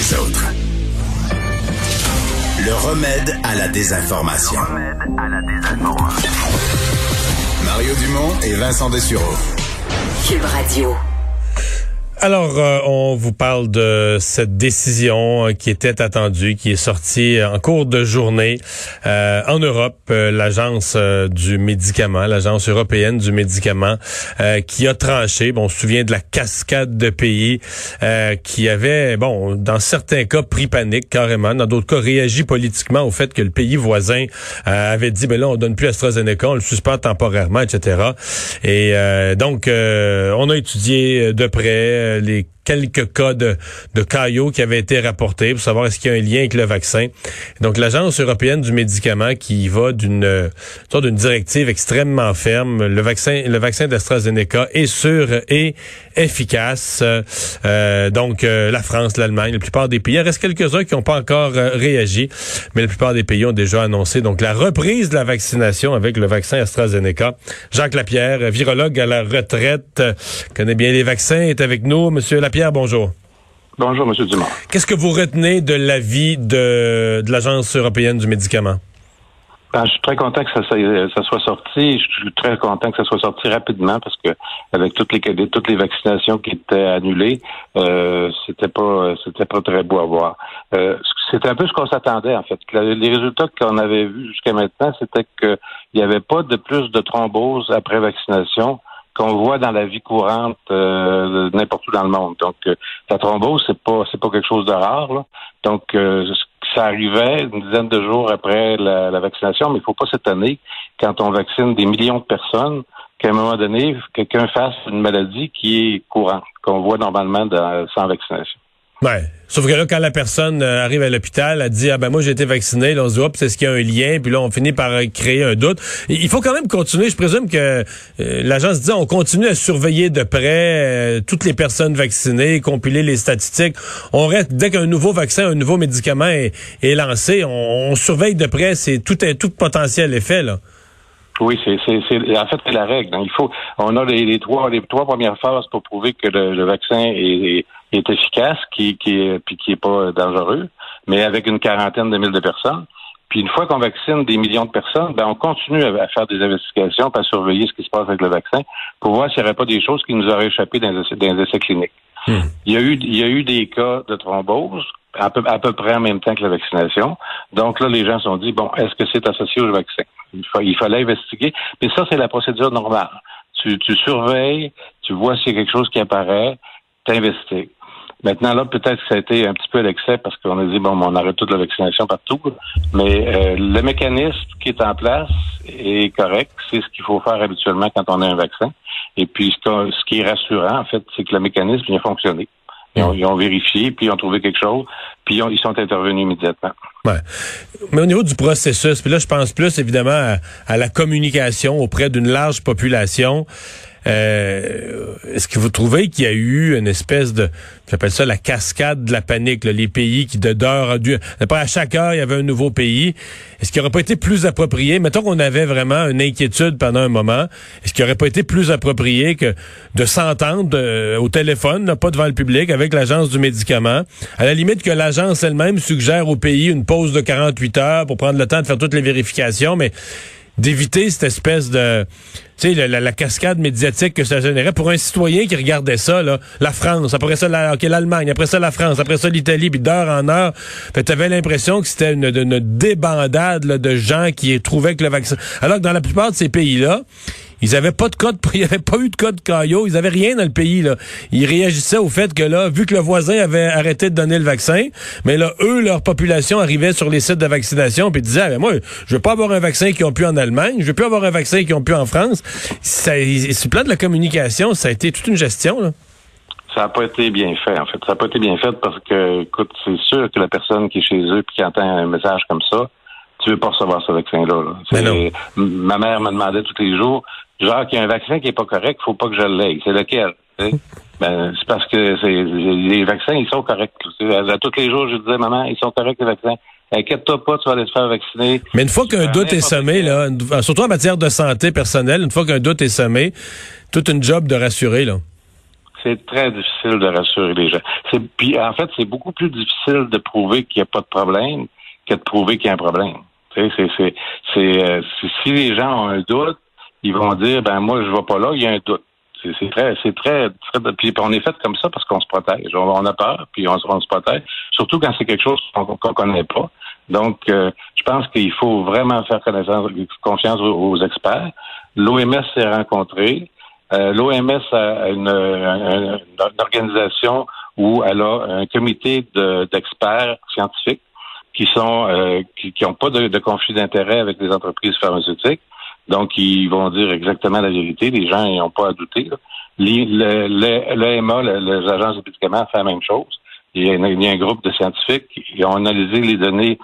les autres. Le remède à la désinformation. Mario Dumont et Vincent Dessureau. Cube Radio. Alors, on vous parle de cette décision qui était attendue, qui est sortie en cours de journée en Europe. L'agence du médicament, l'agence européenne du médicament, qui a tranché. Bon, on se souvient de la cascade de pays qui avaient, bon, dans certains cas, pris panique carrément. Dans d'autres cas, réagi politiquement au fait que le pays voisin avait dit, ben là, on donne plus AstraZeneca, on le suspend temporairement, etc. Et donc, on a étudié de près les quelques cas de caillots qui avaient été rapportés pour savoir est-ce qu'il y a un lien avec le vaccin. Donc, l'Agence européenne du médicament qui va d'une directive extrêmement ferme. Le vaccin d'AstraZeneca est sûr et efficace. Donc, la France, l'Allemagne, la plupart des pays. Il reste quelques-uns qui n'ont pas encore réagi, mais la plupart des pays ont déjà annoncé donc la reprise de la vaccination avec le vaccin AstraZeneca. Jacques Lapierre, virologue à la retraite, connaît bien les vaccins, est avec nous. Monsieur Lapierre, bonjour. Bonjour, M. Dumont. Qu'est-ce que vous retenez de l'avis de l'Agence européenne du médicament? Je suis très content que ça soit sorti. Je suis très content que ça soit sorti rapidement parce que avec toutes les vaccinations qui étaient annulées, c'était pas très beau à voir. C'était un peu ce qu'on s'attendait en fait. Les résultats qu'on avait vus jusqu'à maintenant, c'était qu'il n'y avait pas de plus de thrombose après vaccination qu'on voit dans la vie courante n'importe où dans le monde. Donc, la thrombose, c'est pas quelque chose de rare, là. Donc, ça arrivait une dizaine de jours après la vaccination, mais il faut pas s'étonner quand on vaccine des millions de personnes qu'à un moment donné, quelqu'un fasse une maladie qui est courante, qu'on voit normalement sans vaccination. Ouais. Sauf que là, quand la personne arrive à l'hôpital, elle dit, moi j'ai été vacciné, là, on se dit, c'est ce qu'il y a un lien, puis là, on finit par créer un doute. Il faut quand même continuer. Je présume que l'agence dit, on continue à surveiller de près toutes les personnes vaccinées, compiler les statistiques. On reste, dès qu'un nouveau vaccin, un nouveau médicament est lancé, on surveille de près, c'est tout potentiel effet, là. Oui, en fait, c'est la règle. On a les trois premières phases pour prouver que le vaccin est efficace, qui est pas dangereux, mais avec une quarantaine de mille de personnes. Puis une fois qu'on vaccine des millions de personnes, on continue à faire des investigations, à surveiller ce qui se passe avec le vaccin, pour voir s'il n'y aurait pas des choses qui nous auraient échappé dans les essais cliniques. Il y a eu des cas de thrombose à peu près en même temps que la vaccination. Donc là, les gens se sont dit, est-ce que c'est associé au vaccin? Il fallait investiguer. Mais ça, c'est la procédure normale. Tu surveilles, tu vois s'il y a quelque chose qui apparaît, t'investigues. Maintenant, là, peut-être que ça a été un petit peu à l'excès parce qu'on a dit, on arrête toute la vaccination partout. Mais le mécanisme qui est en place est correct. C'est ce qu'il faut faire habituellement quand on a un vaccin. Et puis, ce qui est rassurant, en fait, c'est que le mécanisme vient fonctionner. Ils ont vérifié, puis ils ont trouvé quelque chose, puis ils sont intervenus immédiatement. Ouais. Mais au niveau du processus, puis là, je pense plus évidemment à la communication auprès d'une large population. Est-ce que vous trouvez qu'il y a eu une espèce de, j'appelle ça la cascade de la panique, là, les pays qui à chaque heure il y avait un nouveau pays. Est-ce qu'il n'aurait pas été plus approprié, mettons qu'on avait vraiment une inquiétude pendant un moment, est-ce qu'il n'aurait pas été plus approprié que de s'entendre au téléphone, là, pas devant le public, avec l'agence du médicament, à la limite que l'agence elle-même suggère au pays une pause de 48 heures pour prendre le temps de faire toutes les vérifications, mais d'éviter cette espèce de, tu sais, la cascade médiatique que ça générait pour un citoyen qui regardait ça, là, la France, après ça l'Allemagne, après ça la France, après ça l'Italie, puis d'heure en heure, t'avais l'impression que c'était une débandade là, de gens qui trouvaient que le vaccin. Alors que dans la plupart de ces pays-là, ils avaient pas de code, il n'y avait pas eu de code caillot, ils avaient rien dans le pays, là. Ils réagissaient au fait que là, vu que le voisin avait arrêté de donner le vaccin, mais là, eux, leur population arrivait sur les sites de vaccination puis disaient, moi, je veux pas avoir un vaccin qu'ils ont pu en Allemagne, je veux plus avoir un vaccin qu'ils ont pu en France. Sur le plan de la communication, ça a été toute une gestion, là. Ça n'a pas été bien fait, en fait. Ça n'a pas été bien fait parce que, écoute, c'est sûr que la personne qui est chez eux puis qui entend un message comme ça, tu veux pas recevoir ce vaccin-là. Là. Ma mère me demandait tous les jours, genre qu'il y a un vaccin qui est pas correct, faut pas que je l'aie. C'est lequel? C'est parce que les vaccins, ils sont corrects. À tous les jours, je disais, maman, ils sont corrects les vaccins. Inquiète-toi pas, tu vas aller te faire vacciner. Mais une fois qu'un doute est semé, là, surtout en matière de santé personnelle, une fois qu'un doute est semé, toute une job de rassurer, là. c'est très difficile de rassurer les gens. Puis en fait, c'est beaucoup plus difficile de prouver qu'il n'y a pas de problème que de prouver qu'il y a un problème. Tu sais, si les gens ont un doute, ils vont dire, ben moi je vais pas là, il y a un doute. C'est très, puis on est fait comme ça parce qu'on se protège. On a peur, puis on se protège. Surtout quand c'est quelque chose qu'on connaît pas. Donc, je pense qu'il faut vraiment faire confiance aux experts. L'OMS s'est rencontrée. L'OMS a une organisation où elle a un comité d'experts scientifiques qui sont qui ont pas de conflit d'intérêt avec les entreprises pharmaceutiques. Donc, ils vont dire exactement la vérité. Les gens n'ont pas à douter. L'EMA, les agences de médicaments, fait la même chose. Il y a un groupe de scientifiques qui ont analysé les données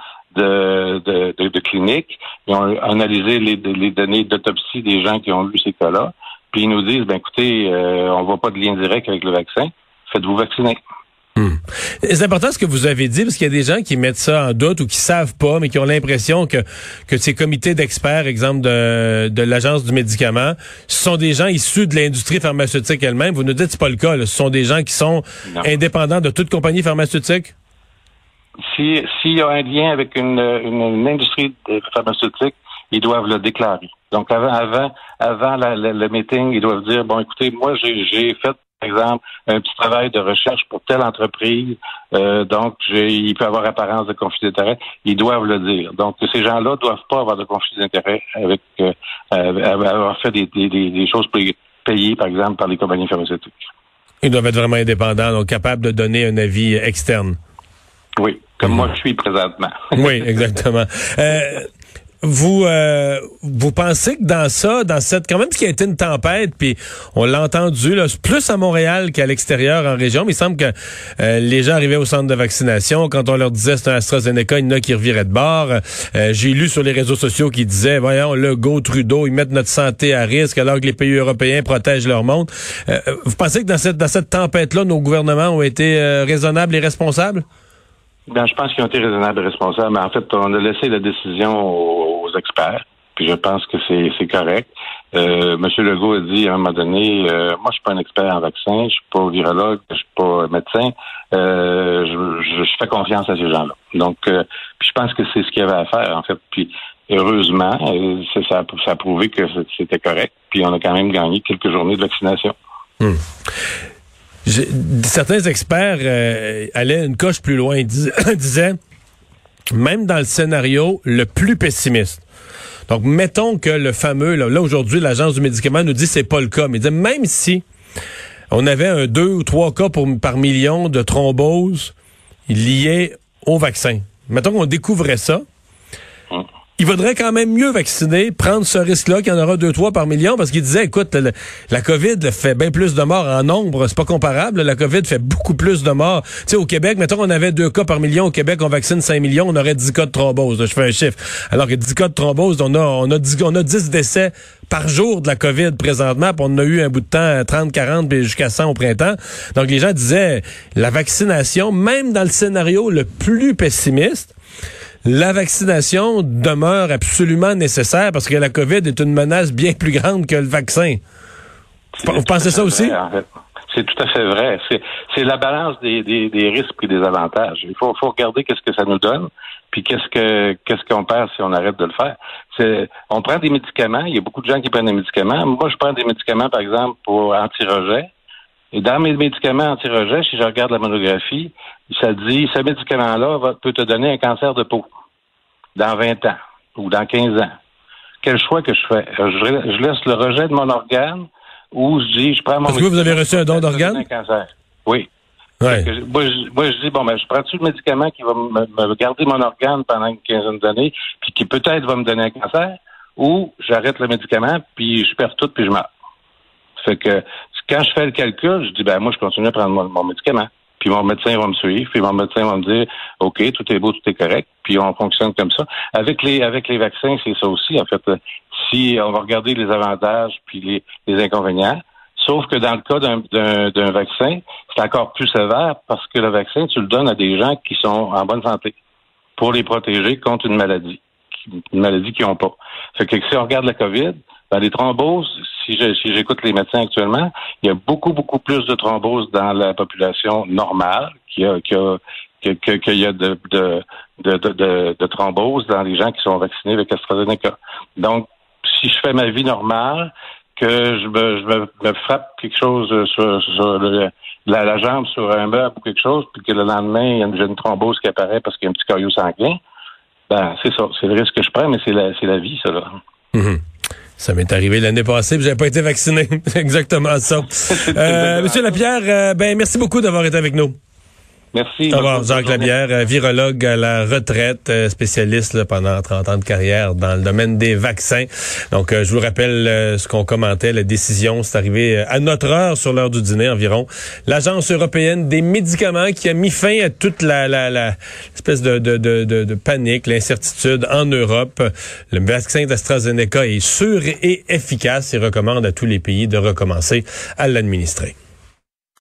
de cliniques. Ils ont analysé les données d'autopsie des gens qui ont eu ces cas-là. Puis ils nous disent, ben écoutez, on voit pas de lien direct avec le vaccin. Faites-vous vacciner. C'est important ce que vous avez dit, parce qu'il y a des gens qui mettent ça en doute ou qui savent pas, mais qui ont l'impression que ces comités d'experts, exemple de l'Agence du médicament, ce sont des gens issus de l'industrie pharmaceutique elle-même. Vous nous dites que c'est pas le cas, là. Ce sont des gens qui sont indépendants de toute compagnie pharmaceutique? S'il y a un lien avec une industrie pharmaceutique, ils doivent le déclarer. Donc avant le meeting, ils doivent dire, bon écoutez, moi j'ai fait par exemple, un petit travail de recherche pour telle entreprise, donc il peut avoir apparence de conflit d'intérêt, ils doivent le dire. Donc, ces gens-là doivent pas avoir de conflit d'intérêt avec avoir fait des choses payées, par exemple, par les compagnies pharmaceutiques. Ils doivent être vraiment indépendants, donc capables de donner un avis externe. Oui, comme moi je suis présentement. Oui, exactement. Vous pensez que dans cette quand même, ce qui a été une tempête, puis on l'a entendu là, plus à Montréal qu'à l'extérieur en région, mais il semble que les gens arrivaient au centre de vaccination, quand on leur disait c'est un AstraZeneca, il y en a qui reviraient de bord. J'ai lu sur les réseaux sociaux qui disaient, voyons, Legault, Trudeau, ils mettent notre santé à risque alors que les pays européens protègent leur monde. Vous pensez que dans cette tempête-là, nos gouvernements ont été raisonnables et responsables? Ben, je pense qu'ils ont été raisonnables et responsables, mais en fait, on a laissé la décision aux experts, puis je pense que c'est correct. Monsieur Legault a dit à un moment donné, moi je suis pas un expert en vaccin, je suis pas virologue, je suis pas médecin, je fais confiance à ces gens-là. Donc, puis je pense que c'est ce qu'il y avait à faire, en fait. Puis heureusement, ça a prouvé que c'était correct, puis on a quand même gagné quelques journées de vaccination. Certains experts allaient une coche plus loin, disaient, même dans le scénario le plus pessimiste. Donc, mettons que le fameux, là aujourd'hui, l'Agence du médicament nous dit que c'est pas le cas, mais disait, même si on avait 2 ou 3 cas par million de thrombose liés au vaccin, mettons qu'on découvrait ça, il vaudrait quand même mieux vacciner, prendre ce risque-là, qu'il y en aura 2-3 par million, parce qu'il disait, écoute, la COVID fait bien plus de morts en nombre, c'est pas comparable, la COVID fait beaucoup plus de morts. Tu sais, au Québec, mettons qu'on avait 2 cas par million, au Québec, on vaccine 5 millions, on aurait 10 cas de thrombose, là, je fais un chiffre. Alors que 10 cas de thrombose, on a 10 décès par jour de la COVID présentement, puis on en a eu un bout de temps, 30, 40, puis jusqu'à 100 au printemps. Donc les gens disaient, la vaccination, même dans le scénario le plus pessimiste, la vaccination demeure absolument nécessaire parce que la COVID est une menace bien plus grande que le vaccin. Vous pensez ça aussi? Vrai, en fait. C'est tout à fait vrai. C'est la balance des risques et des avantages. Il faut regarder qu'est-ce que ça nous donne, puis qu'est-ce qu'on perd si on arrête de le faire. On prend des médicaments. Il y a beaucoup de gens qui prennent des médicaments. Moi, je prends des médicaments, par exemple, pour anti-rejet. Et dans mes médicaments anti-rejet, si je regarde la monographie, ça dit, ce médicament-là peut te donner un cancer de peau dans 20 ans ou dans 15 ans. Quel choix que je fais? Je laisse le rejet de mon organe ou je dis, je prends mon médicament. Parce que vous avez reçu un don d'organe? Oui. Ouais. Moi, je dis, bon, ben, je prends-tu le médicament qui va me garder mon organe pendant une quinzaine d'années, puis qui peut-être va me donner un cancer, ou j'arrête le médicament, puis je perds tout, puis je meurs. Fait que, quand je fais le calcul, je dis, ben, moi, je continue à prendre mon médicament. Puis mon médecin va me suivre, puis mon médecin va me dire, OK, tout est beau, tout est correct, puis on fonctionne comme ça. Avec les vaccins, c'est ça aussi, en fait. Si on va regarder les avantages puis les inconvénients, sauf que dans le cas d'un vaccin, c'est encore plus sévère parce que le vaccin, tu le donnes à des gens qui sont en bonne santé pour les protéger contre une maladie qu'ils n'ont pas. Fait que si on regarde la COVID, Dans les thromboses, si j'écoute les médecins actuellement, il y a beaucoup, beaucoup plus de thromboses dans la population normale qu'il y a de thromboses dans les gens qui sont vaccinés avec AstraZeneca. Donc, si je fais ma vie normale, que je me frappe quelque chose sur la jambe, sur un meuble ou quelque chose, puis que le lendemain, il y a une thrombose qui apparaît parce qu'il y a un petit caillou sanguin, ben c'est ça. C'est le risque que je prends, mais c'est la vie, ça, là. Mm-hmm. Ça m'est arrivé l'année passée, puis j'avais pas été vacciné. C'est exactement ça. Monsieur Lapierre, merci beaucoup d'avoir été avec nous. Merci. Au revoir, Jacques Lapierre, virologue à la retraite, spécialiste là, pendant 30 ans de carrière dans le domaine des vaccins. Donc, je vous rappelle ce qu'on commentait, la décision, c'est arrivé à notre heure, sur l'heure du dîner environ. L'Agence européenne des médicaments qui a mis fin à toute la espèce de panique, l'incertitude en Europe. Le vaccin d'AstraZeneca est sûr et efficace et recommande à tous les pays de recommencer à l'administrer.